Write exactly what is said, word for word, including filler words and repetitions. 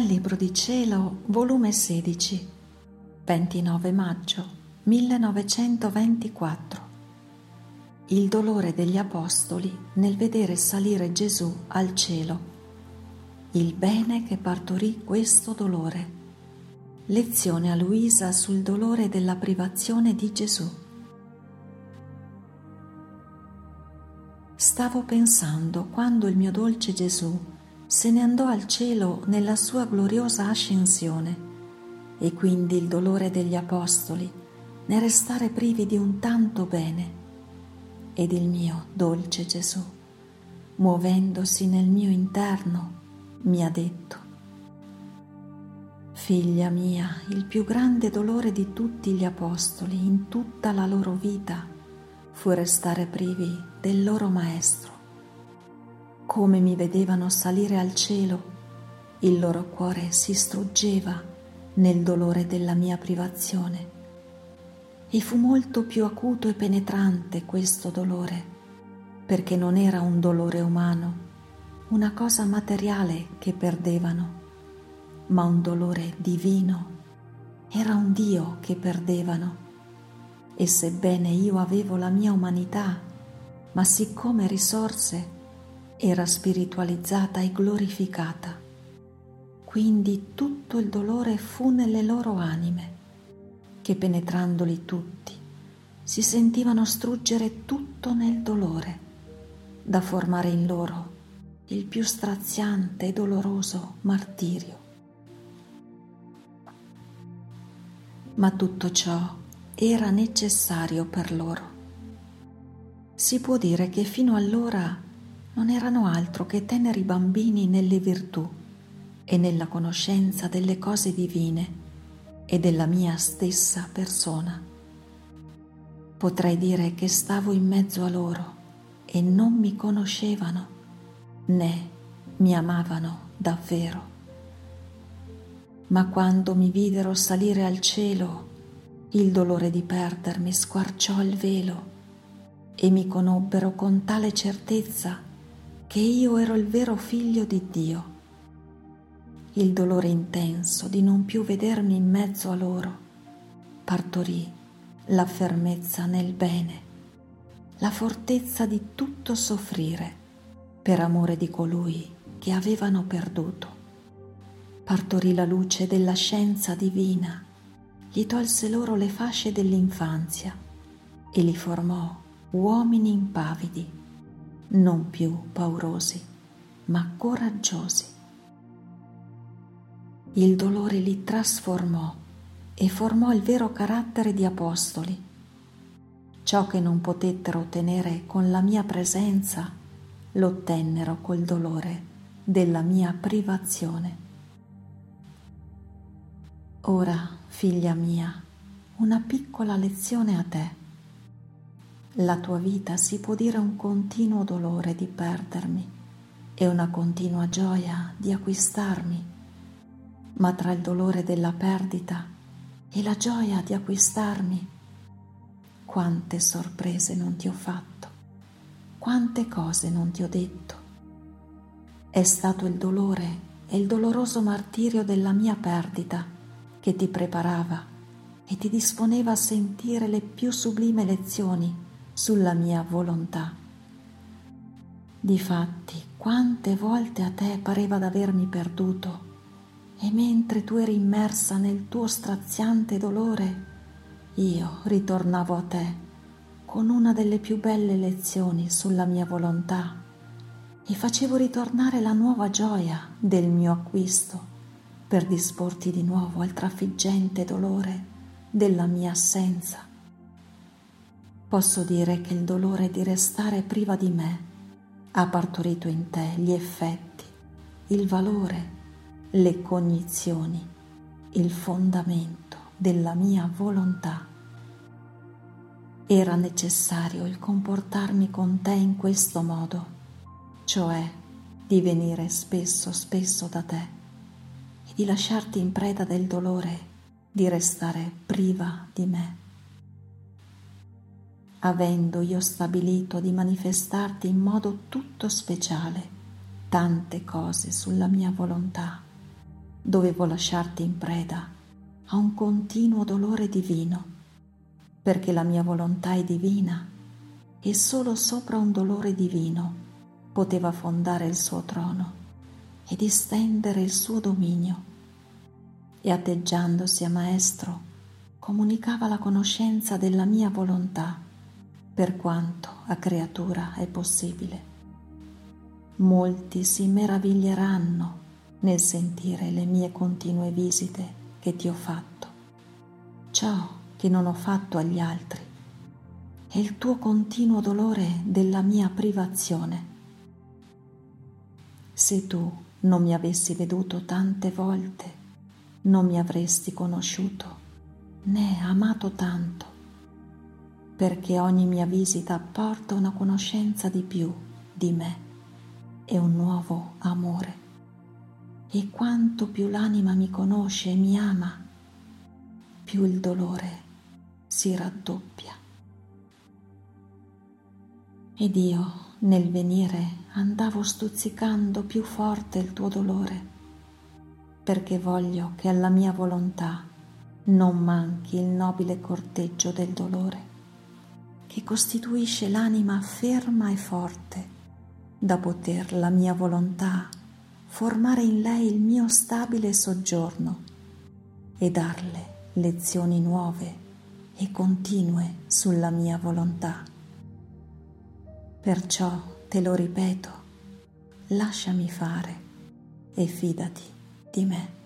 Dal Libro di Cielo, volume sedici, ventinove maggio millenovecentoventiquattro. Il dolore degli Apostoli nel vedere salire Gesù al cielo. Il bene che partorì questo dolore. Lezione a Luisa sul dolore della privazione di Gesù. Stavo pensando quando il mio dolce Gesù se ne andò al cielo nella sua gloriosa ascensione, e quindi il dolore degli Apostoli nel restare privi di un tanto bene, ed il mio dolce Gesù, muovendosi nel mio interno, mi ha detto: figlia mia, il più grande dolore di tutti gli Apostoli in tutta la loro vita fu restare privi del loro Maestro. Come mi vedevano salire al cielo, il loro cuore si struggeva nel dolore della mia privazione, e fu molto più acuto e penetrante questo dolore, perché non era un dolore umano, una cosa materiale che perdevano, ma un dolore divino. Era un Dio che perdevano, e sebbene io avevo la mia umanità, ma siccome risorse, era spiritualizzata e glorificata. Quindi tutto il dolore fu nelle loro anime, che penetrandoli tutti si sentivano struggere tutto nel dolore, da formare in loro il più straziante e doloroso martirio. Ma tutto ciò era necessario per loro. Si può dire che fino allora non erano altro che teneri bambini nelle virtù e nella conoscenza delle cose divine e della mia stessa persona. Potrei dire che stavo in mezzo a loro e non mi conoscevano, né mi amavano davvero. Ma quando mi videro salire al cielo, il dolore di perdermi squarciò il velo e mi conobbero con tale certezza che io ero il vero figlio di Dio. Il dolore intenso di non più vedermi in mezzo a loro partorì la fermezza nel bene, la fortezza di tutto soffrire per amore di colui che avevano perduto. Partorì la luce della scienza divina, gli tolse loro le fasce dell'infanzia e li formò uomini impavidi, non più paurosi, ma coraggiosi. Il dolore li trasformò e formò il vero carattere di apostoli. Ciò che non potettero ottenere con la mia presenza, lo ottennero col dolore della mia privazione. Ora, figlia mia, una piccola lezione a te. La tua vita si può dire un continuo dolore di perdermi e una continua gioia di acquistarmi, ma tra il dolore della perdita e la gioia di acquistarmi, quante sorprese non ti ho fatto, quante cose non ti ho detto. È stato il dolore e il doloroso martirio della mia perdita che ti preparava e ti disponeva a sentire le più sublime lezioni sulla mia volontà. Difatti, quante volte a te pareva d'avermi perduto, e mentre tu eri immersa nel tuo straziante dolore, io ritornavo a te con una delle più belle lezioni sulla mia volontà e facevo ritornare la nuova gioia del mio acquisto per disporti di nuovo al trafiggente dolore della mia assenza. Posso dire che il dolore di restare priva di me ha partorito in te gli effetti, il valore, le cognizioni, il fondamento della mia volontà. Era necessario il comportarmi con te in questo modo, cioè di venire spesso spesso da te e di lasciarti in preda del dolore di restare priva di me. Avendo io stabilito di manifestarti in modo tutto speciale tante cose sulla mia volontà, dovevo lasciarti in preda a un continuo dolore divino, perché la mia volontà è divina e solo sopra un dolore divino poteva fondare il suo trono ed estendere il suo dominio. E atteggiandosi a maestro comunicava la conoscenza della mia volontà, per quanto a creatura è possibile. Molti si meraviglieranno nel sentire le mie continue visite che ti ho fatto, ciò che non ho fatto agli altri, e il tuo continuo dolore della mia privazione. Se tu non mi avessi veduto tante volte, non mi avresti conosciuto né amato tanto, perché ogni mia visita porta una conoscenza di più di me e un nuovo amore. E quanto più l'anima mi conosce e mi ama, più il dolore si raddoppia. Ed io, nel venire, andavo stuzzicando più forte il tuo dolore, perché voglio che alla mia volontà non manchi il nobile corteggio del dolore, che costituisce l'anima ferma e forte, da poter la mia volontà formare in lei il mio stabile soggiorno e darle lezioni nuove e continue sulla mia volontà. Perciò te lo ripeto, lasciami fare e fidati di me.